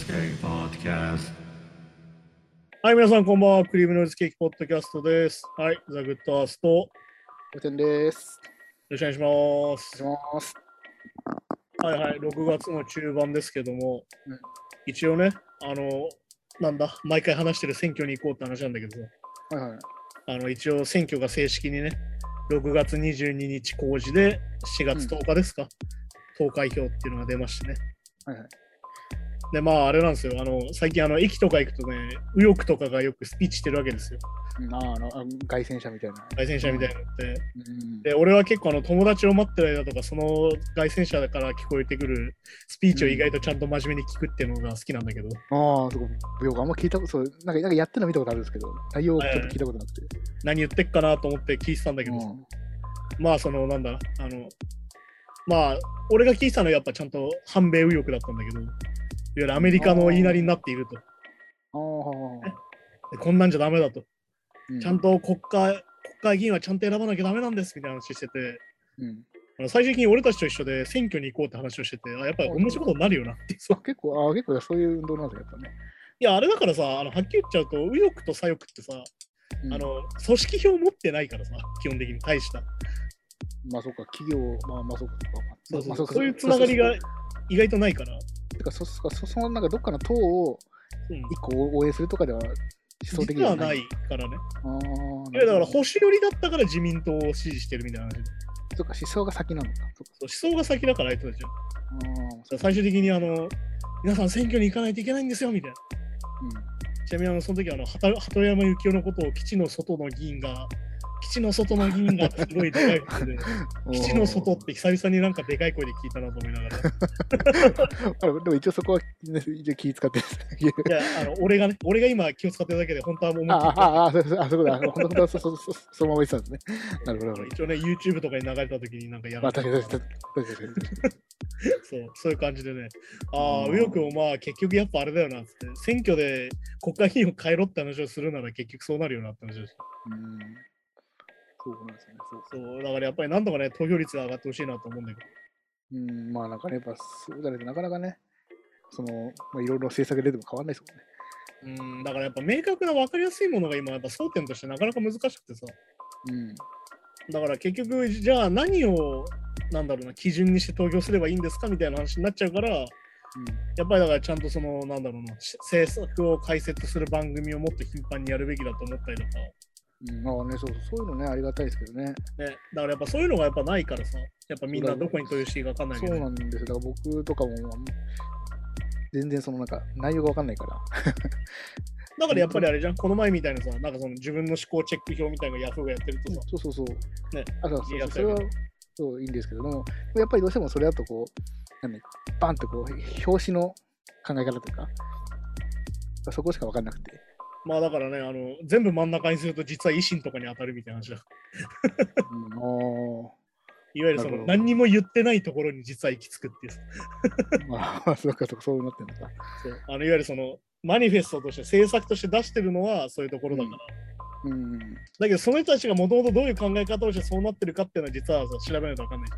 Cake Podcast. はい、皆さんこんばんは。クリームノイズケーキポッドキャストです。はい、ザ・グッドアースト。よおてんです。 ろしくお願いします。 お願いします。 はいはい、6月の中盤ですけども、 うん一応ね、毎回話してる選挙に行こうって話なんだけどさ、 はいはい。 一応選挙が正式にね、6月22日公示で4月10日ですか、投開票っていうのが出ましてね。 はいはい。 で、まああれなんですよ、最近駅とか行くとね、右翼とかがよくスピーチしてるわけですよ。 凱旋者みたいな。 街宣車みたいなのって。 うんで、俺は結構友達を待ってる間とか、その街宣車から聞こえてくるスピーチを意外とちゃんと真面目に聞くっていうのが好きなんだけど、 ああ、そこ、僕あんま聞いたこと、なんかやってるの見たことあるんですけど、内容をちょっと聞いたことなくて。 何言ってっかなと思って聞いてたんだけど、まあ俺が聞いてたのはやっぱちゃんと反米右翼だったんだけど、いわゆるアメリカの言いなりになっていると。でこんなんじゃダメだと。ちゃんと国会議員はちゃんと選ばなきゃダメなんですみたいな話してて、最終的に俺たちと一緒で選挙に行こうって話をしてて、やっぱり同じことになるよなってそう。 結構そういう運動なんですよ、やっぱね。 いや、あれだからさ、はっきり言っちゃうと、右翼と左翼ってさ、組織票持ってないからさ、基本的に大した。 まあそうか、企業、そうか。 そういうつながりが意外とないから。 てか、そのなんかどっかの党を一個応援するとかでは実はないからね。いやだから保守寄りだったから自民党を支持してるみたいな話で。 そうか、思想が先なのか。 思想が先だから相手たちは。最終的に皆さん選挙に行かないといけないんですよみたいな。ちなみにその時鳩山幸夫のことを基地の外の議員がすごいでかい声で基地の外って久々になんかでかい声で聞いたなと思いながらでも一応そこは、ね、一応気使ってるいや俺が今気を使ってるだけで本当はもうそうだ本当そのまま言ってたんですね。なるほど。 一応ね YouTube とかに流れた時になんかやられてそういう感じでね、右翼もまあ結局やっぱあれだよなって選挙で国会議員を変えろって話をするなら結局そうなるよなって話です。 そうなんですよね。 そうだからやっぱりなんとかね投票率が上がってほしいなと思うんだけど。 まあなんかねやっぱそうだねなかなかねいろいろ政策出ても変わんないですもんね。だからやっぱ明確な分かりやすいものが今やっぱ争点としてなかなか難しくてさ。だから結局じゃあ何を基準にして投票すればいいんですかみたいな話になっちゃうから、やっぱりだからちゃんと政策を解説する番組をもっと頻繁にやるべきだと思ったりとか。 そういうのねありがたいですけどね。 だからやっぱそういうのがやっぱないからさ、やっぱみんなどこに投票していいか分かんないけど。 そうなんですよ。だから僕とかも全然なんか内容が分かんないから。 だからやっぱりあれじゃん、この前みたいなさ、なんか自分の思考チェック表みたいなのがヤフーがやってるとさ。 そう。 ね。 それはそういいんですけども、やっぱりどうしてもそれだとバンと表紙の考え方というか、そこしか分かんなくて。 まあだからね、全部真ん中にすると実は維新とかに当たるみたいな話だ。いわゆる何にも言ってないところに実は行き着くっていう。 そうなってるのか。 そういわゆるマニフェストとして政策として出してるのはそういうところだから。だけどその人たちがもともとどういう考え方をしてそうなってるかっていうのは実は調べないと分かんない。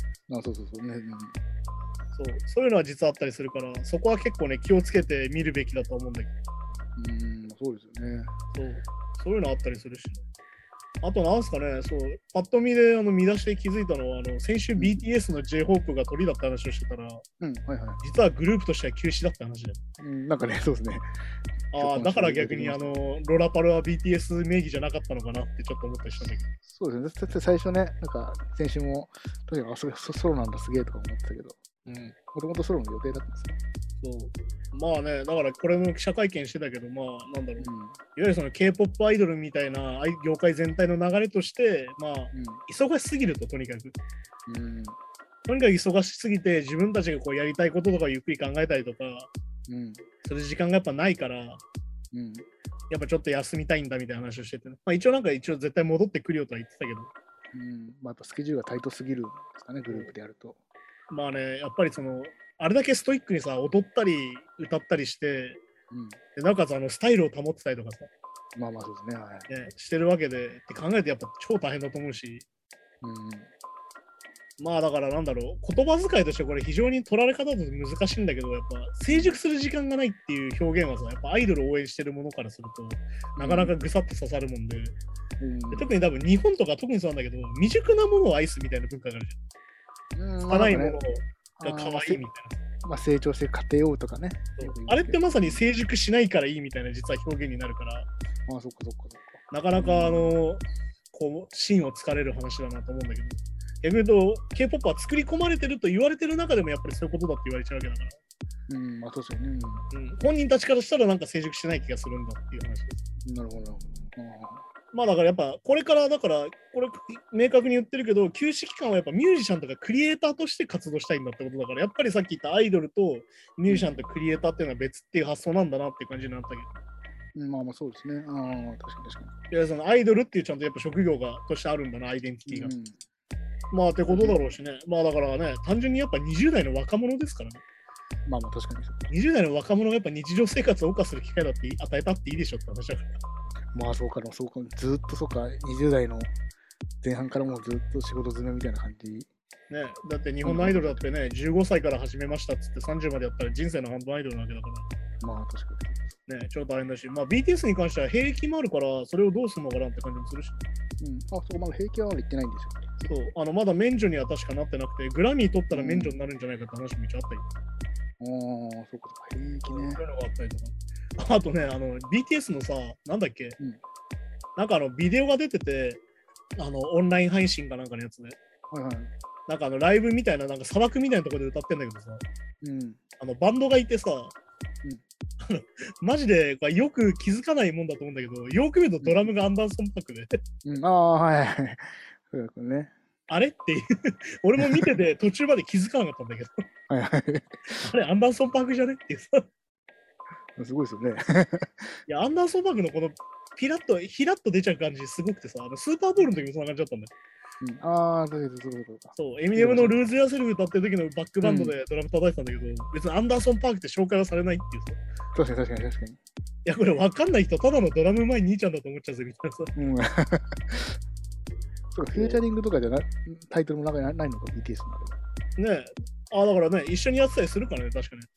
そういうのは実はあったりするから、そこは結構ね気をつけて見るべきだと思うんだけど。 そうですよね。 そういうのあったりするし。あとなんすかね、パッと見で見出しで気づいたのは、先週 BTS の J-HOPE が鳥だった話をしてたら、実はグループとしては休止だった話で。 なんかね、そうですね。 だから逆にロラパルは BTS 名義じゃなかったのかなってちょっと思ったりしたんだけど。 そうですね。最初ね、なんか先週も、それソロなんだすげえとか思ってたけど、もともとソロの予定だったんですね。 まあね、だからこれも記者会見してたけど、いわゆるK-POP アイドルみたいな業界全体の流れとして、忙しすぎると、とにかく。とにかく忙しすぎて、自分たちがやりたいこととかをゆっくり考えたりとか、それ時間がやっぱないから、やっぱちょっと休みたいんだみたいな話をしてて、一応絶対戻ってくるよとは言ってたけど。 やっぱスケジュールがタイトすぎるんですかね、グループでやると。 まあね、やっぱりあれだけストイックにさ、踊ったり歌ったりして、なおかつスタイルを保ってたりとかさ、 そうですね、 してるわけでって考えてやっぱ超大変だと思うし、 まあだからなんだろう、言葉遣いとしてこれ非常に取られ方として難しいんだけど、やっぱ成熟する時間がないっていう表現はさ、やっぱアイドルを応援してるものからすると、なかなかぐさっと刺さるもんで、で特に多分日本とか特にそうなんだけど、未熟なものを愛すみたいな文化があるじゃん。拙いものが可愛いみたいな。 まあ、成長して家庭を追うとかね。 あれってまさに成熟しないからいいみたいな実は表現になるから、 ああ、そっかそっかそっか。 なかなかこう芯をつかれる話だなと思うんだけど、逆に言うと K-POP は作り込まれてると言われてる中でもやっぱりそういうことだって言われちゃうわけだから、 まあそうですよね。 本人たちからしたらなんか成熟してない気がするんだっていう話です。 なるほど。 まあだからやっぱこれからだからこれ明確に言ってるけど、休止期間はやっぱミュージシャンとかクリエイターとして活動したいんだってことだから、やっぱりさっき言ったアイドルとミュージシャンとクリエイターっていうのは別っていう発想なんだなっていう感じになったけど。 まあまあそうですね。ああ、確かに確かに。いやそのアイドルっていうちゃんとやっぱ職業がとしてあるんだな、アイデンティティが。まあってことだろうしね。まあだからね、単純にやっぱ20代の若者ですからね。 まあまあ確かに。 20代の若者がやっぱ日常生活を謳歌する機会だって与えたっていいでしょって話だから。 まあそうか、そうか、ずっとそうか、20代の前半からもうずっと仕事詰めみたいな感じ。 ね、だって日本のアイドルだってね、15歳から始めましたっつって30までやったら人生の半分アイドルなわけだから。 まあ確かに。ね、ちょっと大変だし、まあ BTS に関しては兵役もあるから、それをどうするのかなって感じもするし。 あ、そう、まだ兵役はまだ言ってないんですよ。そう、まだ免除には確かなってなくて、グラミー取ったら免除になるんじゃないかって話も一応あったり。 そうか、兵役ね。 そういうのがあったりとか。あとね、BTS のさ、なんだっけ、なんかビデオが出てて、オンライン配信かなんかのやつね。なんかライブみたいな、なんか砂漠みたいなところで歌ってんだけどさ、バンドがいてさ、マジでよく気づかないもんだと思うんだけど、よく見るとドラムがアンダーソン・パークで。 そうですね。 あれっていう、俺も見てて途中まで気づかなかったんだけど、あれ、アンダーソン・パークじゃねっていうさ。 すごいですよね。 いや、アンダーソン・パークのこのひらっと出ちゃう感じすごくてさ、スーパーボールの時もそんな感じだったんだよ。そう、エミネムのルーズ・ヤセルフ歌ってる時のバックバンドでドラム叩いてたんだけど、別にアンダーソン・パークって紹介はされないっていうさ。確かに。いや、これ分かんない人、ただのドラムうまい兄ちゃんだと思っちゃうぜみたいなさ。 そうか、フューチャリングとかじゃタイトルもないのか、BTS のねえ。だからね、一緒にやってたりするからね、確かに。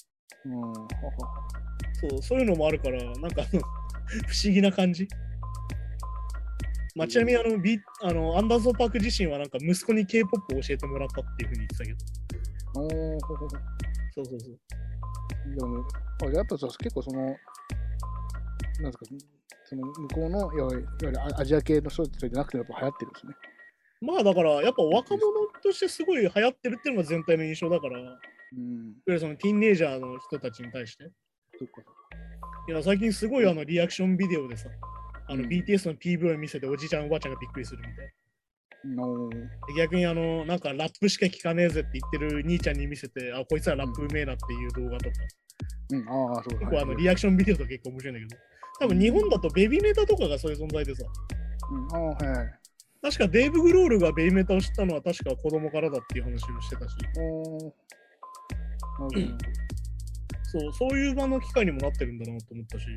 そういうのもあるから、なんか不思議な感じ。まあ、ちなみにアンダーソン・パーク自身はなんか息子に K-POP を教えてもらったっていうふうに言ってたけど。そう。 でも、やっぱさ、結構なんですか、その向こうのいわゆるアジア系の人じゃなくてやっぱ流行ってるんですね。 まあだからやっぱ若者としてすごい流行ってるっていうのが全体の印象だから、いわゆるそのティーンネイジャーの人たちに対して。いや最近すごいリアクションビデオでさ、BTS の PV を見せておじちゃんおばあちゃんがびっくりするみたいな。逆になんかラップしか聞かねえぜって言ってる兄ちゃんに見せて、こいつはラップうめえなっていう動画とか。結構リアクションビデオとか結構面白いんだけど、多分日本だとベビメタとかがそういう存在でさ。確かデーブ・グロールがベビメタを知ったのは確か子供からだっていう話をしてたし。そういう場の機会にもなってるんだなと思ったし。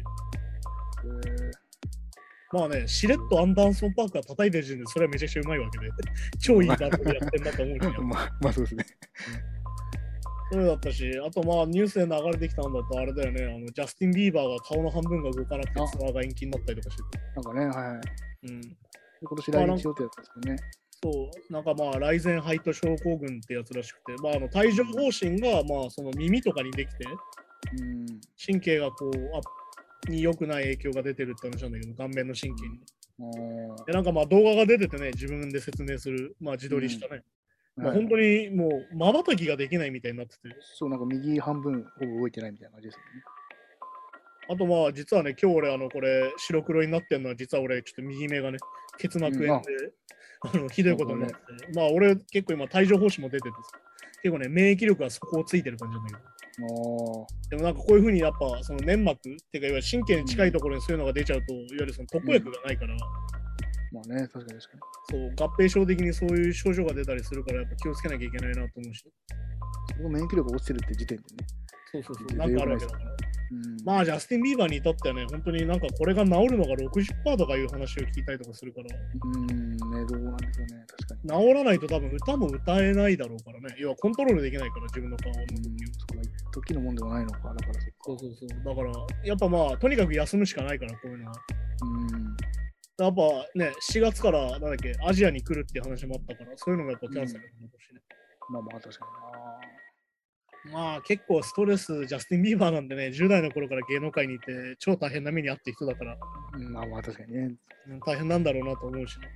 まあね、しれっとアンダーソン・パークが叩いてる時点でそれはめちゃくちゃうまいわけで、超いいバンドでやってんだと思うけど。 まあそうですね。 そうだったし、あとまあニュースで流れてきたんだとあれだよね、ジャスティン・ビーバーが顔の半分が動かなくてツアーが延期になったりとかしてて。 なんかね、今年来日予定だったんですけどね。 そう、なんかまあ、ライゼンハイト症候群ってやつらしくて、まあ、帯状疱疹が、まあ、その耳とかにできて、神経がこう、に良くない影響が出てるって話なんだけど、顔面の神経に。で、なんかまあ、動画が出ててね、自分で説明する、まあ、自撮りしたね。まあ、本当にもう、瞬きができないみたいになってて。 そう、なんか右半分ほぼ動いてないみたいな感じですよね。 あとまあ、実はね、今日俺、これ、白黒になってるのは、実は俺、ちょっと右目がね、結膜炎で、ひどいことになって、まあ、俺、結構今、帯状疱疹も出てて、結構ね、免疫力が底をついてる感じなんだけど。でもなんかこういうふうにやっぱ、その粘膜っていうか、いわゆる神経に近いところにそういうのが出ちゃうと、いわゆるその特効薬がないから、 まあね、確かに。 そう、合併症的にそういう症状が出たりするから、やっぱ気をつけなきゃいけないなと思うし。 その免疫力が落ちてるって時点でね。 そう、なんかあるわけだから。 まあジャスティン・ビーバーに至ってはね、本当になんかこれが治るのが 60% とかいう話を聞いたりとかするから。 ね、どうなんですよね、確かに。 治らないと多分歌も歌えないだろうからね。要はコントロールできないから、自分の顔の動きを。 時のもんでもないのか、だからそう。だから、やっぱまあ、とにかく休むしかないから、こういうのは。やっぱね、4月からなんだっけ、アジアに来るっていう話もあったから、そういうのがやっぱキャンセルになったしね。 まあ確かにな。まあ結構ストレス、ジャスティン・ビーバーなんでね、10代の頃から芸能界にいて、超大変な目に遭ってる人だから。 まあ確かにね。 大変なんだろうなと思うしね。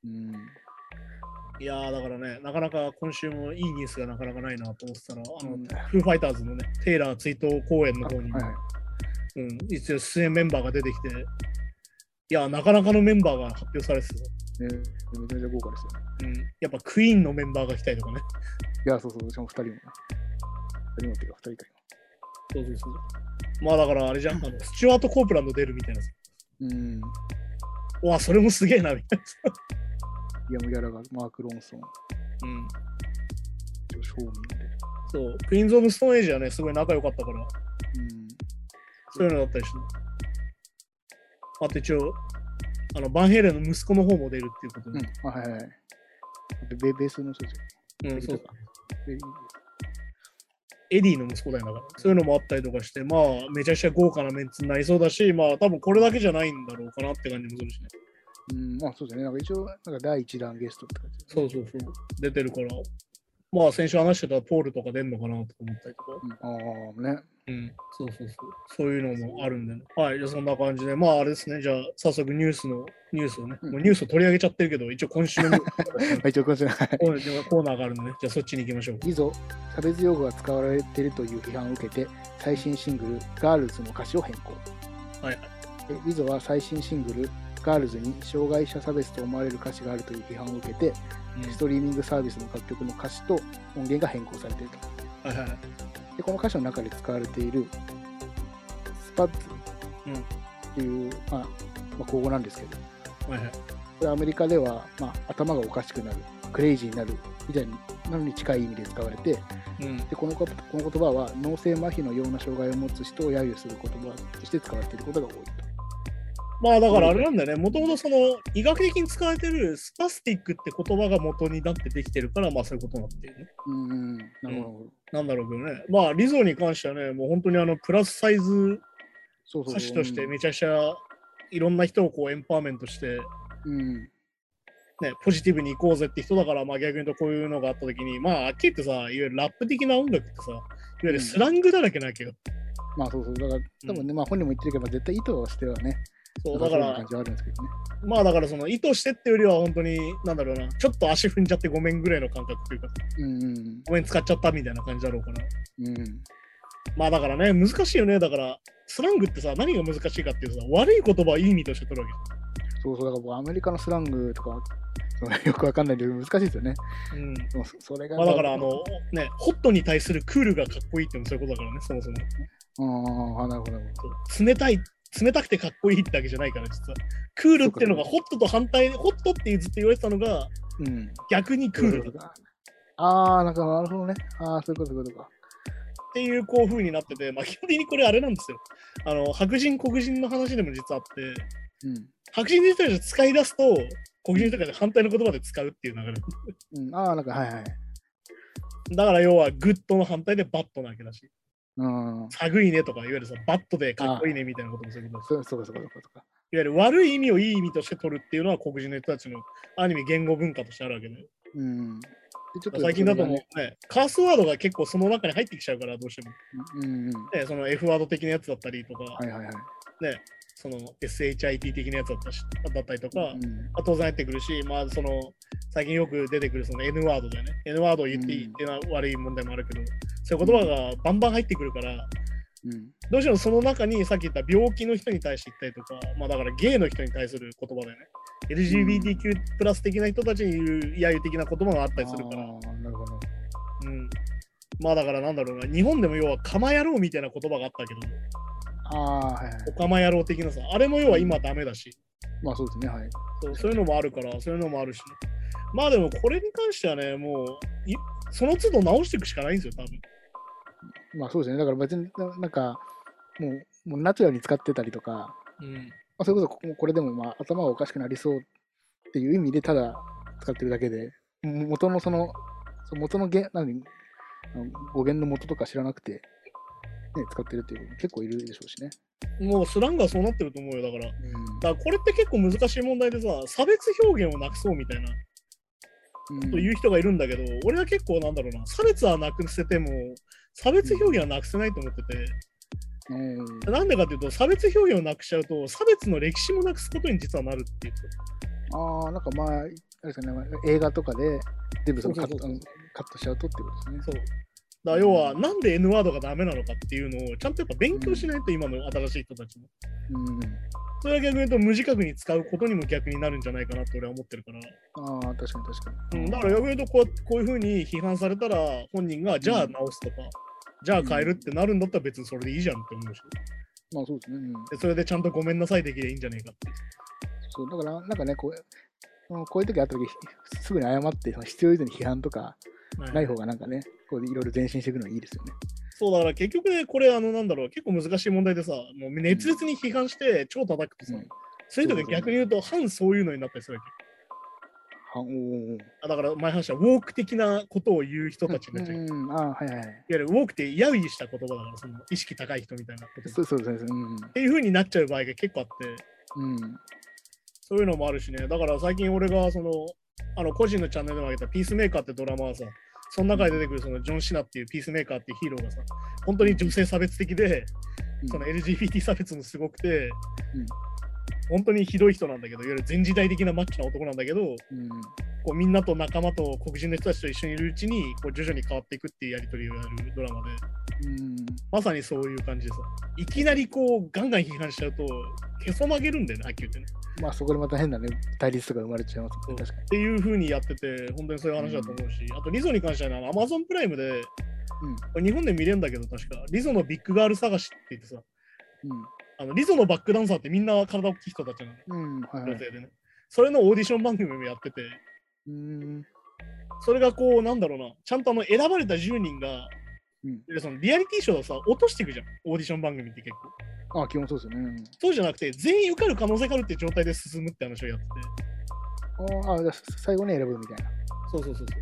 いやーだからね、なかなか今週もいいニュースがなかなかないなと思ってたら、フーファイターズのね、テイラー追悼公演の方に、一応出演メンバーが出てきて、いや、なかなかのメンバーが発表されてた。 めちゃめちゃ豪華ですよね。 やっぱクイーンのメンバーが来たりとかね。 いや、そう、しかも2人も。2人もっていうか、2人か今。そう。まあだからあれじゃん、スチュワート・コープランド出るみたいな。わ、それもすげえな、みたいな。 リアム・ギャラガー、マーク・ロンソン。ショーミンで。 そう、クイーンズ・オブ・ストーン・エイジはね、すごい仲良かったから。そういうのだったりして。あと一応、バンヘイレンの息子の方も出るっていうことで。 ベースの人たち。 そう。エディの息子だよだから。そういうのもあったりとかして、まあ、めちゃくちゃ豪華なメンツになりそうだし、まあ、多分これだけじゃないんだろうかなって感じもするしね。 まあそうですね。なんか一応、なんか第一弾ゲストって感じ。 そう。出てるから、まあ先週話してたポールとか出んのかなと思ったりとか。 ね。 そう。そういうのもあるんでね。はい、じゃあそんな感じで、まああれですね。じゃあ早速ニュースをね、もうニュースを取り上げちゃってるけど、一応今週の一応今週のコーナーがあるんでね。じゃあそっちに行きましょう。 以上、差別用語が使われているという批判を受けて、最新シングル、ガールズの歌詞を変更。以上は最新シングル、ガールズに障害者差別と思われる歌詞があるという批判を受けて、ストリーミングサービスの楽曲の歌詞と音源が変更されていると。でこの歌詞の中で使われているスパッツっていう、口語なんですけど、これアメリカでは、頭がおかしくなる、クレイジーになるみたいなのに近い意味で使われて、でこの言葉は脳性麻痺のような障害を持つ人を揶揄する言葉として使われていることが多いと。 まあだからあれなんだよね、もともとその医学的に使われてるスパスティックって言葉が元になってできてるから、まあそういうことになってるね。なんだろうけどね。まあリゾに関してはね、もう本当にプラスサイズ歌手としてめちゃくちゃいろんな人をこうエンパワーメントして、ポジティブに行こうぜって人だから、まあ逆に言うとこういうのがあったときに、まあはっきり言ってさ、いわゆるラップ的な音楽ってさ、いわゆるスラングだらけなわけよ。 だから多分ね、本人も言ってるけど、絶対意図してはね。 そうだからまあだからその意図してっていうよりは本当になんだろうな、ちょっと足踏んじゃってごめんぐらいの感覚というか、ごめん使っちゃったみたいな感じだろうから、まあだからね難しいよね。だからスラングってさ、何が難しいかっていうとさ、悪い言葉をいい意味として取るわけ。 だからもうアメリカのスラングとかよくわかんないけど難しいですよね。それがだからホットに対するクールがかっこいいっていうのはそういうことだからね、そもそも。 なるほど。 冷たくてかっこいいってわけじゃないから、実は。クールっていうのがホットと反対、ホットってずっと言われてたのが、逆にクールだ。 なるほどね。そういうことか。 っていうこう風になってて、まあ基本的にこれあれなんですよ。白人、黒人の話でも実はあって、白人の人たちが使い出すと、黒人の人たちが反対の言葉で使うっていう流れ。だから要はグッドの反対でバッドなわけだし。寒いねとか、いわゆるさ、バットでかっこいいねみたいなこともそういうことです。いわゆる悪い意味をいい意味として取るっていうのは黒人の人たちのある意味言語文化としてあるわけで。最近だともうね、カースワードが結構その中に入ってきちゃうから、どうしても。その F ワード的なやつだったりとか、その SHIT 的なやつだったりとか、当然入ってくるし、まあその最近よく出てくるその N ワードだよね。N ワードを言っていいっていうのは悪い問題もあるけど、そういう言葉がバンバン入ってくるから、どうしてもその中にさっき言った病気の人に対して言ったりとか、まあだからゲイの人に対する言葉だよね。LGBTQ プラス的な人たちに言う揶揄的な言葉があったりするから。まあだからなんだろうな、日本でも要はかま野郎みたいな言葉があったけど、おかま野郎的なさ、あれも要は今ダメだし。 そうですね、はい。 そういうのもあるから、そういうのもあるし、まあでもこれに関してはね、もうその都度直していくしかないんですよ、多分。 そうですね、だから別になんかもうナチュラルに使ってたりとか、それこそこれでも頭がおかしくなりそうっていう意味でただ使ってるだけで、元の語源の元とか知らなくて、使ってるっていう結構いるでしょうしね。 もうスラングはそうなってると思うよ。だからこれって結構難しい問題でさ、差別表現をなくそうみたいな、という人がいるんだけど、俺は結構差別はなくせても差別表現はなくせないと思ってて、なんでかっていうと、差別表現をなくしちゃうと差別の歴史もなくすことに実はなるっていう。 あれですね、映画とかで全部カットしちゃうとっていうことですね。 そうだ、要はなんで N ワードがダメなのかっていうのをちゃんとやっぱ勉強しないと、今の新しい人たちも。それは逆に言うと無自覚に使うことにも逆になるんじゃないかなと俺は思ってるから。 確かに。 だから逆に言うとこういうふうに批判されたら本人がじゃあ直すとか、じゃあ変えるってなるんだったら別にそれでいいじゃんって思うし。 そうですね。 それでちゃんとごめんなさいできればいいんじゃないかって。 そうだからなんかね、こういう時あった時すぐに謝って必要以上に批判とかない方がなんかね、こういろいろ前進していくのはいいですよね。 そうだから結局ね、これ結構難しい問題でさ、もう熱烈に批判して超叩くとさ、そういう人が逆に言うと反そういうのになったりするわけ。だから前話したウォーク的なことを言う人たちになっちゃう。いわゆるウォークって揶揄した言葉だから、その意識高い人みたいなこと。 そうですね。 っていう風になっちゃう場合が結構あって、そういうのもあるしね。だから最近俺が個人のチャンネルでも上げたピースメーカーってドラマはさ、その中で出てくるそのジョン・シナっていうピースメーカーっていうヒーローがさ、本当に女性差別的で、その LGBT 差別もすごくて、本当にひどい人なんだけど、いわゆる前時代的なマッチな男なんだけど、こうみんなと仲間と黒人の人たちと一緒にいるうちにこう徐々に変わっていくっていうやり取りをやるドラマで、まさにそういう感じでさ、いきなりこうガンガン批判しちゃうとへそ曲げるんだよね、はっきり言ってね。 そこでまた変なね、対立とか生まれちゃいますね。確かに。 っていう風にやってて、本当にそういう話だと思うし、あとリゾに関してはAmazon プライムで、日本で見れるんだけど、確かリゾのビッグガール探しって言ってさ、リゾのバックダンサーってみんな体大きい人たちなの。女性でね。それのオーディション番組もやってて、それがこう、ちゃんと選ばれた10人が、そのリアリティショーをさ、落としていくじゃん、オーディション番組って結構。 基本そうですよね。 そうじゃなくて、全員受かる可能性があるっていう状態で進むって話をやってて。 じゃあ最後に選ぶみたいな。 そう。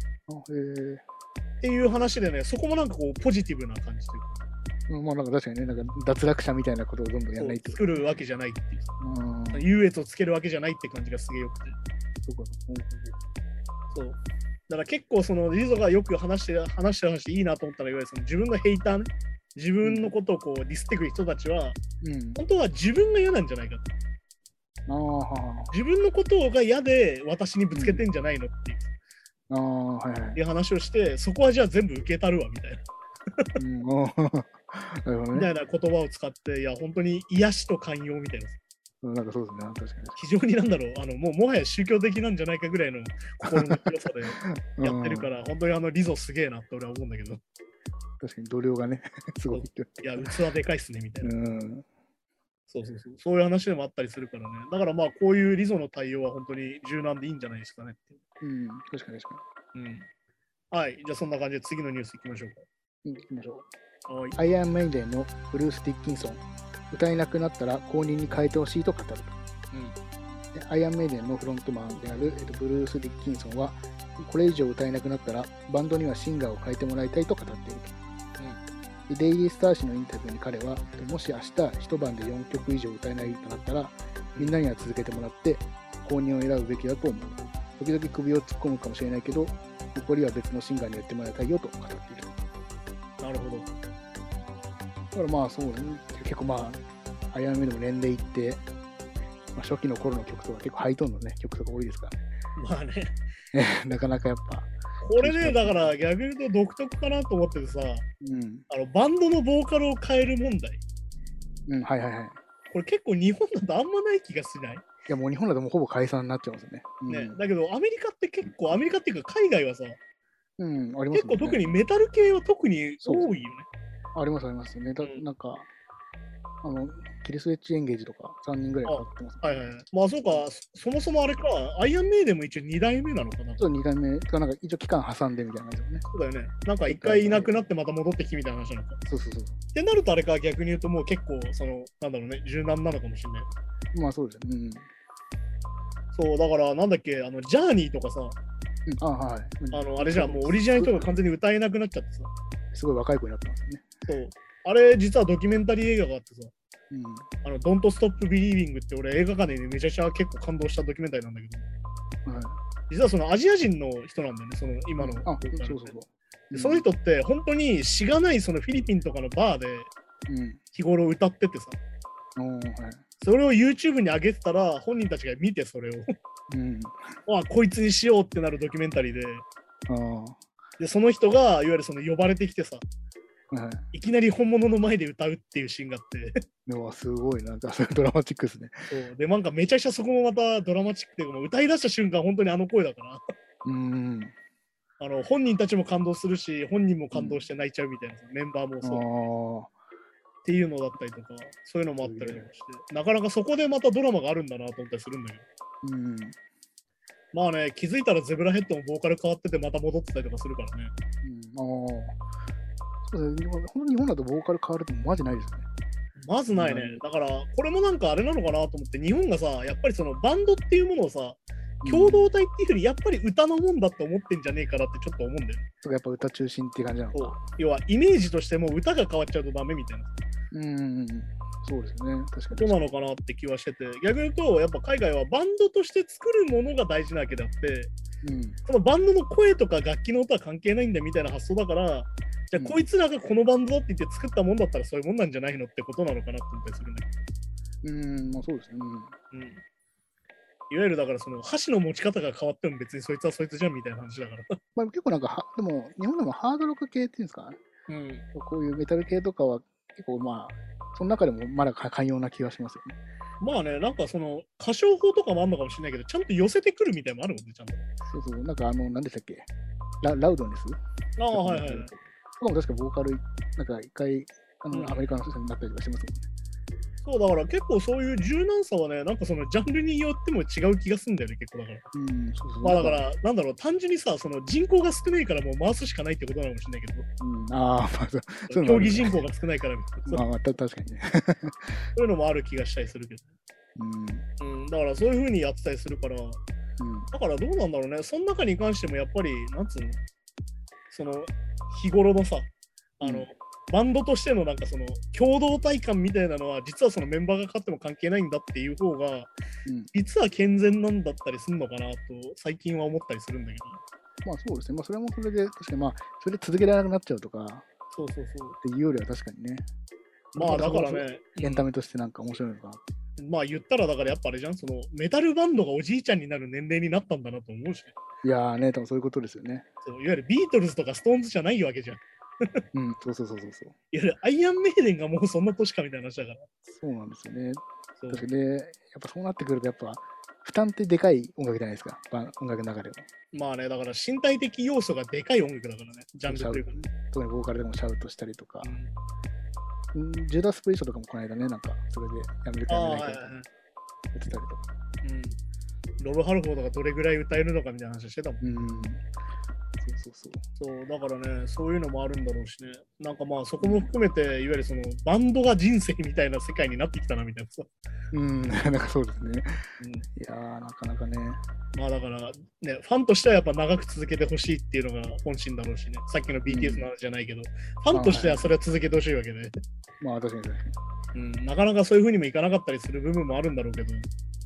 っていう話でね、そこもなんかこう、ポジティブな感じというか。 なんか確かにね、なんか脱落者みたいなことをどんどんやらないと。 作るわけじゃないっていう。優越をつけるわけじゃないって感じがすげえよくて。そう。だから結構そのリゾがよく話してる話でいいなと思ったら、いわゆるその自分のヘイターね、自分のことをこうディスってくる人たちは、本当は自分が嫌なんじゃないかと。自分のことが嫌で私にぶつけてんじゃないのっていう。いう話をして、そこはじゃあ全部受けたるわみたいな。みたいな言葉を使って、いや本当に癒しと寛容みたいな。 なんかそうですね、確かに。 非常にもはや宗教的なんじゃないかぐらいの心の広さでやってるから、本当にリゾすげえなって俺は思うんだけど。 確かに度量がね、すごい。いや、器でかいっすねみたいな。そういう話でもあったりするからね。だからこういうリゾの対応は本当に柔軟でいいんじゃないですかねっていう。 確かに。 はい、じゃあそんな感じで次のニュースいきましょうか。 行きましょう。アイアンメイデンのブルース・ディッキンソン、歌えなくなったら後任に変えてほしいと語る。アイアンメイデンのフロントマンである、ブルース・ディッキンソンは、これ以上歌えなくなったらバンドにはシンガーを変えてもらいたいと語っていると。デイリースター誌のインタビューに彼は、もし明日一晩で4曲以上歌えないとなったら、みんなには続けてもらって後任を選ぶべきだと思う。時々首を突っ込むかもしれないけど、残りは別のシンガーにやってもらいたいよと語っている。 なるほど。 だからそうね、結構アイアンメイデンも年齢いって、初期の頃の曲とか結構ハイトーンのね、曲とか多いですからね。なかなかやっぱ。 これね、だから逆に言うと独特かなと思っててさ、バンドのボーカルを変える問題。これ結構日本だとあんまない気がしない？ いやもう日本だともうほぼ解散になっちゃいますよね。 だけどアメリカって結構、アメリカっていうか海外はさ、 ありますね、 結構特にメタル系は特に多いよね。 ありますね。なんかキルスウェッチエンゲージとか3人ぐらい変わってます、 はいはい。まあそうか、そもそもあれか、アイアンメイデンも一応2代目なのかな。 そう、2代目とか、なんか一応期間挟んでみたいな感じですね。 そうだよね。なんか1回いなくなってまた戻ってきてみたいな話なのか。 そうそうそう。 ってなるとあれか、逆に言うともう結構、なんだろうね、柔軟なのかもしれない。 まあそうですね。 そう、だからなんだっけ、ジャーニーとかさ、 はい。 あれじゃもうオリジナルとか完全に歌えなくなっちゃってさ。 すごい若い子になってますよね。 そう。あれ、実はドキュメンタリー映画があってさ、Don't Stop Believing って俺映画館でめちゃくちゃ結構感動したドキュメンタリーなんだけど、実はそのアジア人の人なんだよね、その今の。その人って本当にしがないそのフィリピンとかのバーで日頃歌っててさ、それを YouTube に上げてたら本人たちが見てそれを、こいつにしようってなるドキュメンタリーで、その人がいわゆるその呼ばれてきてさ、いきなり本物の前で歌うっていうシーンがあってすごいなんかドラマチックですね。 そうで、なんかめちゃくちゃそこもまたドラマチックで、歌い出した瞬間本当にあの声だから本人たちも感動するし、本人も感動して泣いちゃうみたいな、メンバーもそうっていうのだったりとか、そういうのもあったりとかして、なかなかそこでまたドラマがあるんだなと思ったりするんだけど、まあね、気づいたらゼブラヘッドもボーカル変わっててまた戻ってたりとかするからね。 本当に日本だとボーカル変わるってマジないですよね。 まずないね。だからこれもなんかあれなのかなと思って、日本がさ、やっぱりそのバンドっていうものをさ、共同体っていうふうにやっぱり歌のもんだって思ってんじゃねえかなってちょっと思うんだよね。 やっぱ歌中心っていう感じなのか。 要はイメージとしても歌が変わっちゃうとダメみたいな。 そうですね。確かに。 そうなのかなって気はしてて、逆に言うとやっぱ海外はバンドとして作るものが大事なわけであって、そのバンドの声とか楽器の音は関係ないんだみたいな発想だから、じゃあこいつらがこのバンドだって言って作ったもんだったらそういうもんなんじゃないのってことなのかなって思ったりするんだけど。 まあそうですね。 いわゆるだからその箸の持ち方が変わっても別にそいつはそいつじゃんみたいな話だから。 まあ結構なんかでも日本でもハードロック系っていうんですか、こういうメタル系とかは結構まあその中でもまだ寛容な気がしますよね。 まあね、なんかその歌唱法とかもあるのかもしれないけど、ちゃんと寄せてくるみたいなのもあるもんね、ちゃんと。 そう、なんか何でしたっけ、ラウドネス。 はい。 とかも確かボーカルなんか一回アメリカの人になったりとかしますもんね。 そうだから結構そういう柔軟さはね、なんかそのジャンルによっても違う気がするんだよね、結構だから。まあだからなんだろう、単純にさ、その人口が少ないからもう回すしかないってことなのかもしれないけど、競技人口が少ないからみたいな。 確かにね。 そういうのもある気がしたりするけど。だからそういう風にやってたりするから、だからどうなんだろうね、その中に関してもやっぱり、なんつうの、その日頃のさ、バンドとしてのなんかその共同体感みたいなのは実はそのメンバーが勝っても関係ないんだっていう方が、実は健全なんだったりするのかなと最近は思ったりするんだけど。 まあそうですね。まあそれもそれで確かにまあそれで続けられなくなっちゃうとか。っていうよりは確かにね。 まあだからね。 エンタメとしてなんか面白いのかな。 まあ言ったらだからやっぱあれじゃん、そのメタルバンドがおじいちゃんになる年齢になったんだなと思うしね。 いやーね、多分そういうことですよね。 そういわゆるビートルズとかストーンズじゃないわけじゃん。 そう。いわゆるアイアンメイデンがもうそんな年かみたいな話だから。 そうなんですよね。確かにね、やっぱそうなってくるとやっぱ負担ってでかい音楽じゃないですか、音楽の中でも。 まあね、だから身体的要素がでかい音楽だからね、ジャンルというかね。 特にボーカルでもシャウトしたりとか。ジュダス・プリストとかもこの間ね、なんかそれでやめるかやめないかやってたりとか。 ロブ・ハルフォードがどれぐらい歌えるのかみたいな話してたもん。そうだからね、そういうのもあるんだろうしね、なんかまあそこも含めていわゆるそのバンドが人生みたいな世界になってきたなみたいなさ。なんかそうですね。いやーなかなかね。 まあだからね、ファンとしてはやっぱ長く続けてほしいっていうのが本心だろうしね、さっきの BTS の話じゃないけど、ファンとしてはそれは続けてほしいわけで。 まあ確かに。 なかなかそういう風にもいかなかったりする部分もあるんだろうけど。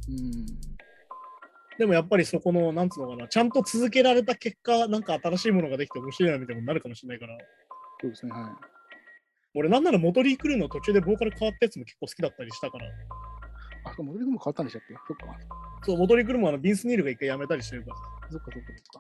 でもやっぱりそこの、なんつうのかな、ちゃんと続けられた結果、なんか新しいものができて面白いなみたいになるかもしれないから。 そうですね、はい。 俺なんならモトリー・クルーの途中でボーカル変わったやつも結構好きだったりしたから。 モトリー・クルーも変わったんでしたっけ？そっか。 そう、モトリー・クルーもビンス・ニールが一回辞めたりしてるから。 そっか。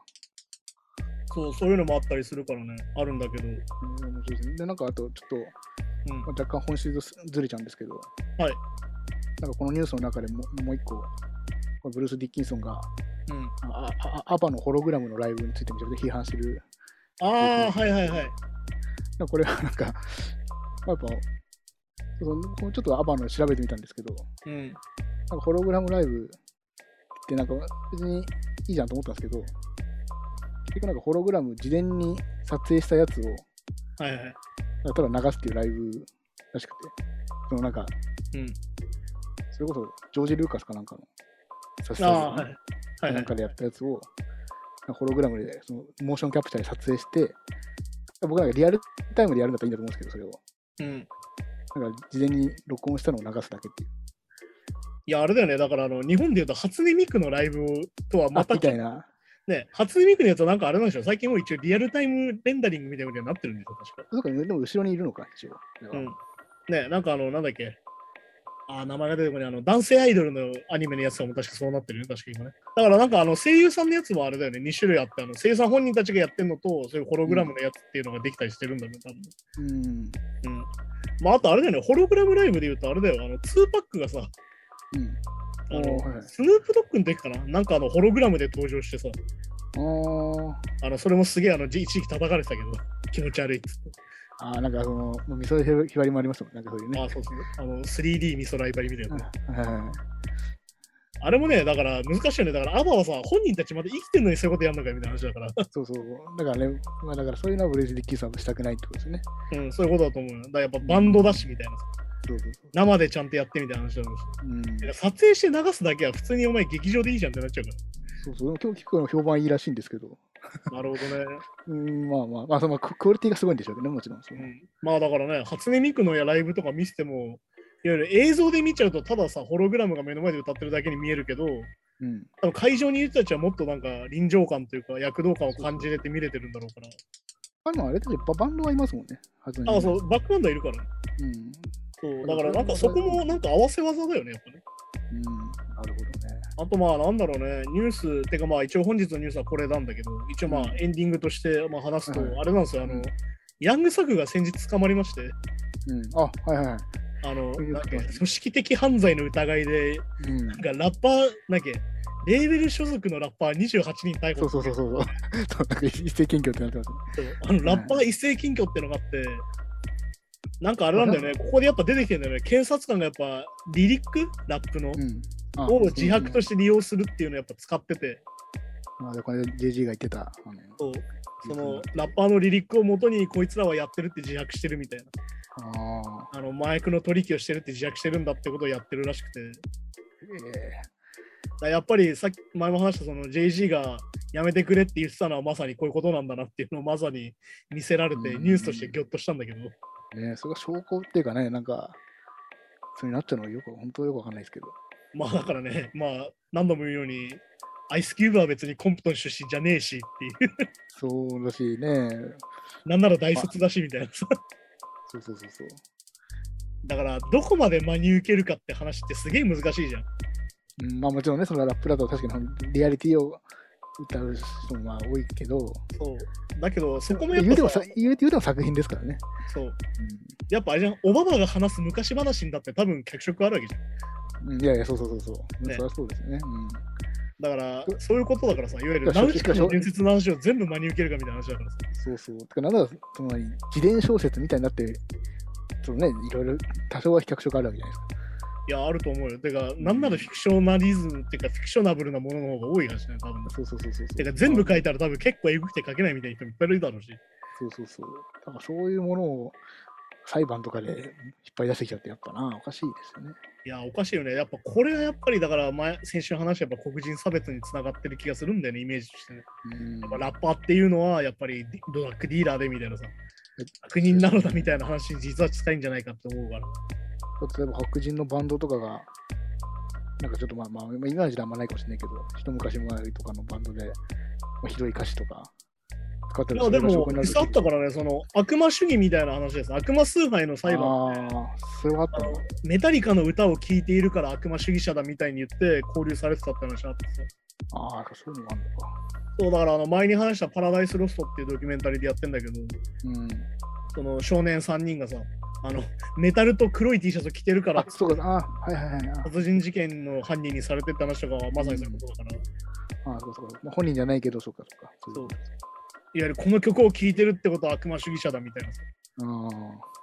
そういうのもあったりするからね、あるんだけど。 面白いですね。で、なんかあとちょっと、若干本質ずれちゃうんですけど、 はい。 なんかこのニュースの中でもう一個、ブルース・ディッキンソンが、アバのホログラムのライブについてめちゃくちゃ批判してる。 はい。 これはなんか、やっぱ、 ちょっとアバの調べてみたんですけど、なんかホログラムライブってなんか別にいいじゃんと思ったんですけど、結局なんかホログラム事前に撮影したやつを、ただ流すっていうライブらしくて、そのなんか、それこそジョージ・ルーカスかなんかの撮影なんかでやったやつを、ホログラムでそのモーションキャプチャーで撮影して、僕なんかリアルタイムでやるんだったらいいんだと思うんですけど、それを。なんか事前に録音したのを流すだけっていう。 いや、あれだよね。だから日本でいうと初音ミクのライブとはまたみたいな。 ね、初音ミクのやつはなんかあれなんでしょう。最近もう一応リアルタイムレンダリングみたいなことになってるんですよ、確か。 そうか、でも後ろにいるのか、一応。 ね、なんかなんだっけ。名前が出てこない。男性アイドルのアニメのやつも確かそうなってるよね、確か今ね。だからなんか声優さんのやつもあれだよね、2種類あって、声優さん本人たちがやってるのと、そういうホログラムのやつっていうのができたりしてるんだね、多分。まあ、あとあれだよね、ホログラムライブで言うとあれだよ、2パックがさ、スヌープドッグの時かな、なんかホログラムで登場してさ、それもすげえ一時期叩かれてたけど、気持ち悪いっつって。 なんか味噌ひばりもありますもん、なんかそういうね。 そうそう。3D 味噌ライバリみたいな。あれもね、だから難しいよね。だからアバはさ、本人たちまで生きてるのにそういうことやるのかみたいな話だから。 そうそう。だからね、だからそういうのはブレイズ・ディッキーさんもしたくないってことですね。 そういうことだと思うよ。だからやっぱバンドだしみたいなさ。生でちゃんとやってみたいな話だろうし。撮影して流すだけは普通にお前劇場でいいじゃんってなっちゃうから。 そうそう。今日聞くの評判いいらしいんですけど。 なるほどね。 まあ、そのクオリティがすごいんでしょうけどね、もちろん。 まあだからね、初音ミクのライブとか見せても、いわゆる映像で見ちゃうと、たださ、ホログラムが目の前で歌ってるだけに見えるけど、多分会場にいる人たちはもっとなんか臨場感というか、躍動感を感じれて見れてるんだろうから。 あれってバンドはいますもんね。 そう、バックバンドいるからね。そうだからなんかそこもなんか合わせ技だよね、やっぱね。 なるほどね。 あとなんだろうね、ニュース、てか一応本日のニュースはこれなんだけど、一応エンディングとして話すと、あれなんですよ、ヤングサクが先日捕まりまして、組織的犯罪の疑いで、なんかラッパー、レーベル所属のラッパー28人逮捕。 そう。なんか一斉検挙ってなってますね。ラッパー一斉検挙ってのがあって、なんかあれなんだよね、ここでやっぱ出てきてるんだよね、検察官がやっぱリリック、ラップの、を自白として利用するっていうのをやっぱ使ってて。 これ JG が言ってた。 そのラッパーのリリックをもとにこいつらはやってるって自白してるみたいな。麻薬の取引をしてるって自白してるんだってことをやってるらしくて。やっぱりさっき前も話したその JG がやめてくれって言ってたのはまさにこういうことなんだなっていうのをまさに見せられてニュースとしてギョッとしたんだけど。 それが証拠っていうかね、なんかそうになっちゃうのは本当よくわかんないですけど。 だからね、何度も言うようにアイスキューブは別にコンプトン出身じゃねえしっていう。 そうだしね。 なんなら大卒だしみたいな。 そう。 だからどこまで真に受けるかって話ってすげえ難しいじゃん。 もちろんね、そのラップだと確かにリアリティを歌う人も多いけど。 そうだけどそこもやっぱ言うても作品ですからね。 やっぱあれじゃん、オバマが話す昔話にだって多分脚色あるわけじゃん。いやそう。そりゃそうですね。 だからそういうことだからさ、いわゆるナウシカの伝説の話を全部真に受けるかみたいな話だからさ。 そう。なんだその自伝小説みたいになって、そのね、いろいろ多少は脚色あるわけじゃないですか。 いや、あると思うよ。てか、なんならフィクショナリズムっていうか、フィクショナブルなものの方が多い話ね、多分。 そう。 てか、全部書いたら多分結構エグくて書けないみたいな人もいっぱいいるだろうし。 そう。だからそういうものを裁判とかで引っ張り出してきちゃって、やっぱおかしいですよね。 いや、おかしいよね。やっぱこれはやっぱりだから先週話したやっぱ黒人差別につながってる気がするんだよね、イメージとしてね。やっぱラッパーっていうのはやっぱりドラッグディーラーでみたいなさ、悪人なのだみたいな話に実は近いんじゃないかって思うから。 例えば白人のバンドとかが、なんかちょっと今の時代あんまないかもしれないけど、一昔前とかのバンドで、ひどい歌詞とか使ってるのでも、実あったからね、その悪魔主義みたいな話です。悪魔崇拝の裁判で、 それはあったの？ メタリカの歌を聴いているから悪魔主義者だみたいに言って交流されてたって話あってさ。 そういうのがあるのか。 そうだから前に話したパラダイスロストっていうドキュメンタリーでやってんだけど、その少年3人がさ、メタルと黒い T シャツを着てるから殺人事件の犯人にされてった話とかはまさにそういうことだから。 そう。本人じゃないけど、そうか。 そう。いわゆるこの曲を聴いてるってことは悪魔主義者だみたいなさ。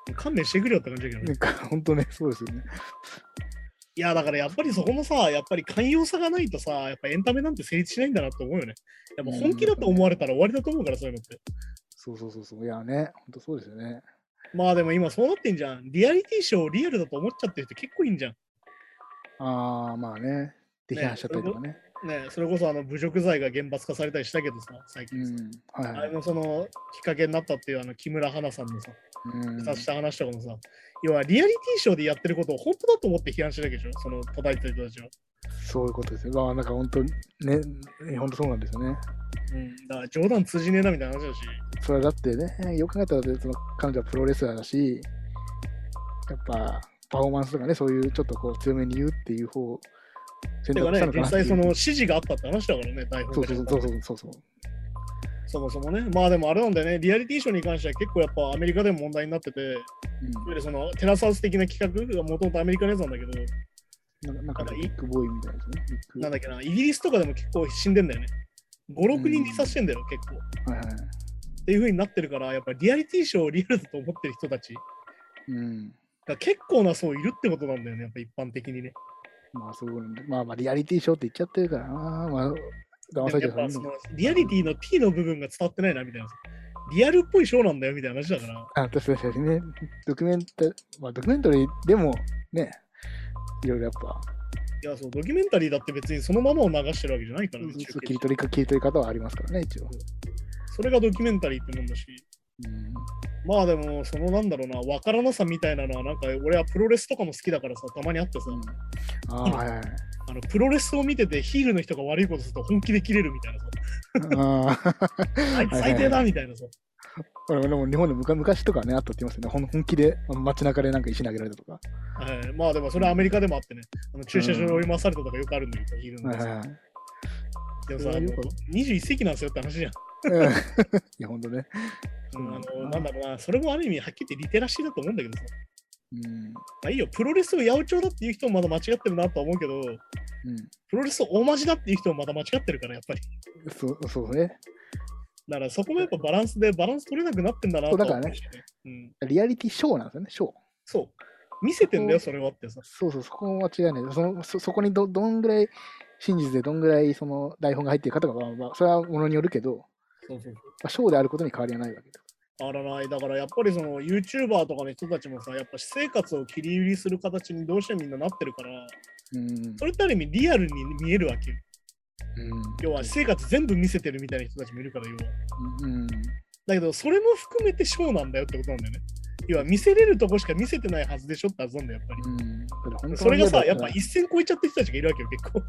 勘弁してくれよって感じだけどね。 本当ね、そうですよね。 いや、だからやっぱりそこのさ、やっぱり寛容さがないとさ、やっぱエンタメなんて成立しないんだなと思うよね。やっぱ本気だと思われたら終わりだと思うから、そういうのって。 そう。いやね、本当そうですよね。 まあでも今そうなってんじゃん。リアリティショーをリアルだと思っちゃってる人結構いいんじゃん。 ああ、まあね。で、批判しちゃったりとかね。 ね、それこそ侮辱罪が厳罰化されたりしたけどさ、最近さ。あれのそのきっかけになったっていう木村花さんのさ、自殺した話とかもさ、要はリアリティショーでやってることを本当だと思って批判してるわけでしょ、その叩いてる人たちは。 そういうことですよ。まあなんか本当ね、本当そうなんですよね。 だから冗談通じねえなみたいな話だし。 それだってね、よく考えたらその彼女はプロレスラーだし、やっぱパフォーマンスとかね、そういうちょっとこう強めに言うっていう方を選択したのかなっていう。実際その指示があったって話だからね、台本で。 そう。 そもそもね、まあでもあれなんだよね、リアリティショーに関しては結構やっぱアメリカでも問題になってて、いわゆるそのテラスハウス的な企画がもともとアメリカのやつなんだけど、 なんかビッグボーイみたいですね。 なんだっけな、イギリスとかでも結構死んでんだよね。5、6人自殺してんだよ、結構。っていう風になってるから、やっぱりリアリティショーをリアルだと思ってる人たちが結構な層いるってことなんだよね、やっぱ一般的にね。 まあそう、まあリアリティショーって言っちゃってるからな。まあ騙されちゃう。リアリティの T の部分が伝わってないなみたいな。リアルっぽいショーなんだよみたいな話だから。 確かにね。ドキュメンタリーでもね、いろいろやっぱ。 いや、そう、ドキュメンタリーだって別にそのままを流してるわけじゃないからね。 切り取り方はありますからね、一応。 それがドキュメンタリーってもんだし。まあでも、そのなんだろうな、わからなさみたいなのは、なんか俺はプロレスとかも好きだからさ、たまにあってさ。プロレスを見ててヒールの人が悪いことすると本気で切れるみたいなさ。最低だみたいなさ。 でも日本で昔とかね、あったって言いますよね。本気で街中でなんか石投げられたとか。 まあでもそれはアメリカでもあってね、駐車場に追い回されたとかよくあるんだけど、ヒールのでもさ、21世紀なんですよって話じゃん。 いや、ほんとね。 なんだろうな、それもある意味はっきり言ってリテラシーだと思うんだけどさ。まあいいよ、プロレスを八百長だっていう人もまだ間違ってるなと思うけど、プロレスを大マジだっていう人もまだ間違ってるから、やっぱり。 そうね。 だからそこもやっぱバランス取れなくなってんだなと思う。だからね、リアリティショーなんですよね、ショー。 そう。見せてんだよ、それはってさ。 そこも間違いない。そこにどんぐらい真実でどんぐらいその台本が入ってるかとかは、それはものによるけど、ショーであることに変わりはないわけだ。 変わらない。だからやっぱりその YouTuber とかの人たちもさ、やっぱ私生活を切り売りする形にどうしてもみんななってるから、それってある意味リアルに見えるわけよ。要は私生活全部見せてるみたいな人たちもいるから、要は。だけど、それも含めてショーなんだよってことなんだよね。要は見せれるとこしか見せてないはずでしょってはずなんだよ、やっぱり。それがさ、やっぱ一線超えちゃってる人たちがいるわけよ、結構。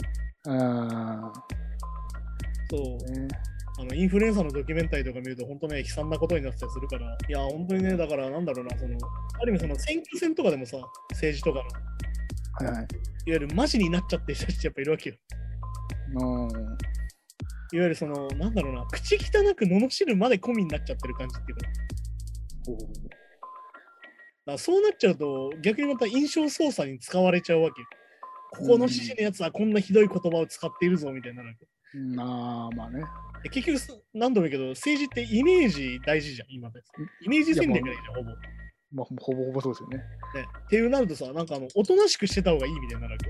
そう。インフルエンサーのドキュメンタリーとか見ると、本当ね、悲惨なことになってたりするから。いや、本当にね、だから、なんだろうな、ある意味、選挙戦とかでもさ、政治とかの、いわゆるマジになっちゃってる人たちやっぱいるわけよ。いわゆるなんだろうな、口汚く罵るまで込みになっちゃってる感じっていうか。そうなっちゃうと、逆にまた印象操作に使われちゃうわけよ。ここの支持のやつはこんなひどい言葉を使っているぞみたいになるわけ。 まあね。 結局、何度も言うけど、政治ってイメージ大事じゃん、今です。イメージ戦略だよね、ほぼ。 まあ、ほぼそうですよね。 っていうなるとさ、なんかおとなしくしてた方がいいみたいになるわけ。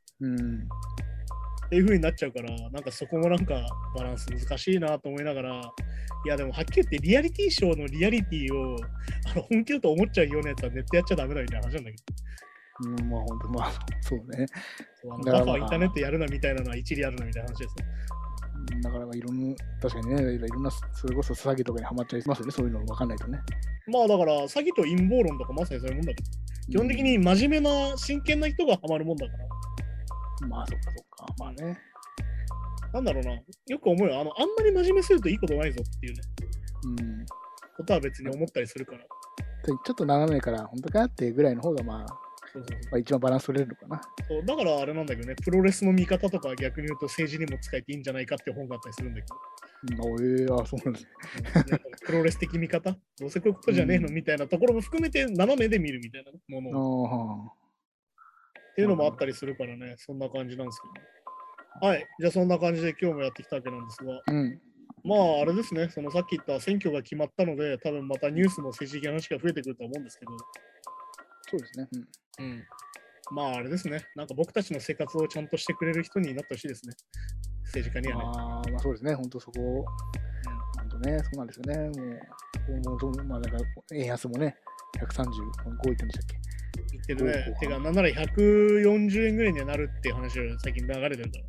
っていう風になっちゃうから、なんかそこもなんかバランス難しいなと思いながら、いやでもはっきり言ってリアリティショーのリアリティを本気だと思っちゃうようなやつはネットやっちゃダメだみたいな話なんだけど。まあ本当まあそうね。 バカはインターネットやるなみたいなのは一理あるなみたいな話です。 だからいろんな、確かにね、いろんな、それこそ詐欺とかにはまっちゃいますよね、そういうの分かんないとね。 まあだから詐欺と陰謀論とかまさにそういうもんだから、基本的に真面目な真剣な人がハマるもんだから。 まあそっか。まあね。 なんだろうな、よく思うよ。あんまり真面目するといいことないぞっていうね。ことは別に思ったりするから。 ちょっと斜めから本当かっていうぐらいの方がまあ一番バランス取れるのかな。 そうだからあれなんだけどね、プロレスの見方とか逆に言うと政治にも使えていいんじゃないかっていう本があったりするんだけど。 そうなんですね。プロレス的見方、どうせこういうことじゃねえのみたいなところも含めて斜めで見るみたいなものっていうのもあったりするからね、そんな感じなんですけど、ね。はい、じゃあそんな感じで今日もやってきたわけなんですが、 まあ、あれですね、そのさっき言った選挙が決まったので、多分またニュースも政治的な話が増えてくると思うんですけど。 そうですね。 うん。まあ、あれですね、なんか僕たちの生活をちゃんとしてくれる人になってほしいですね。政治家にはね。 まあそうですね、本当そこ、本当ね、そうなんですよね。まあ、なんか円安もね、135いったんでしたっけ。 言ってるね。てか、なんなら140円ぐらいにはなるっていう話を最近流れてるから。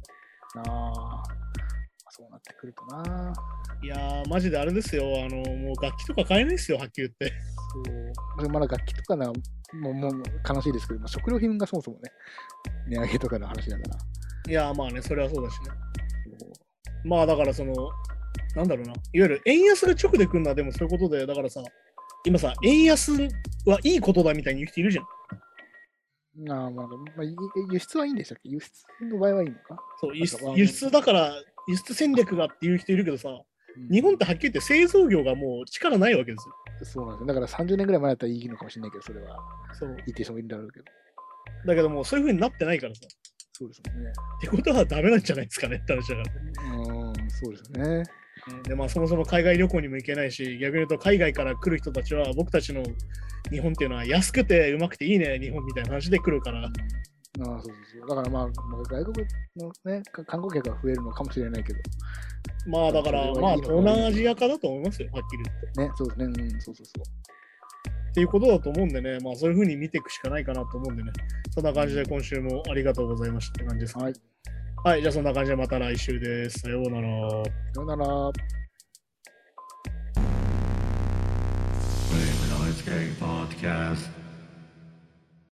そうなってくるとな。 いやー、マジであれですよ。もう楽器とか買えないですよ、はっきり言って。 そう。まだ楽器とかもう悲しいですけど、食料品がそもそもね、値上げとかの話だから。 いやー、まあね、それはそうだしね。まあだからなんだろうな。いわゆる円安が直で来るのはでもそういうことで、だからさ、今さ、円安はいいことだみたいに言う人いるじゃん。 輸出はいいんでしたっけ？輸出の場合はいいのか？ そう、輸出だから、輸出戦略がっていう人いるけどさ、日本ってはっきり言って製造業がもう力ないわけですよ。 そうなんですよ。だから30年ぐらい前だったらいいのかもしれないけど、それは。 そう。 言ってる人もいるんだろうけど。 だけども、そういう風になってないからさ。 そうですもんね。 ってことはダメなんじゃないですかねって話だから。 そうですね。 で、まあそもそも海外旅行にも行けないし、逆に言うと海外から来る人たちは僕たちの日本っていうのは安くてうまくていいね、日本みたいな話で来るから。 そう。だからまあ、外国のね、観光客が増えるのかもしれないけど。 まあだから、まあ東南アジア化だと思いますよ、はっきり言って。 ね、そうですね。そう。 っていうことだと思うんでね、まあそういうふうに見ていくしかないかなと思うんでね。そんな感じで今週もありがとうございましたって感じですか。はい、じゃあそんな感じでまた来週です。さようなら。 さようなら。 Podcast.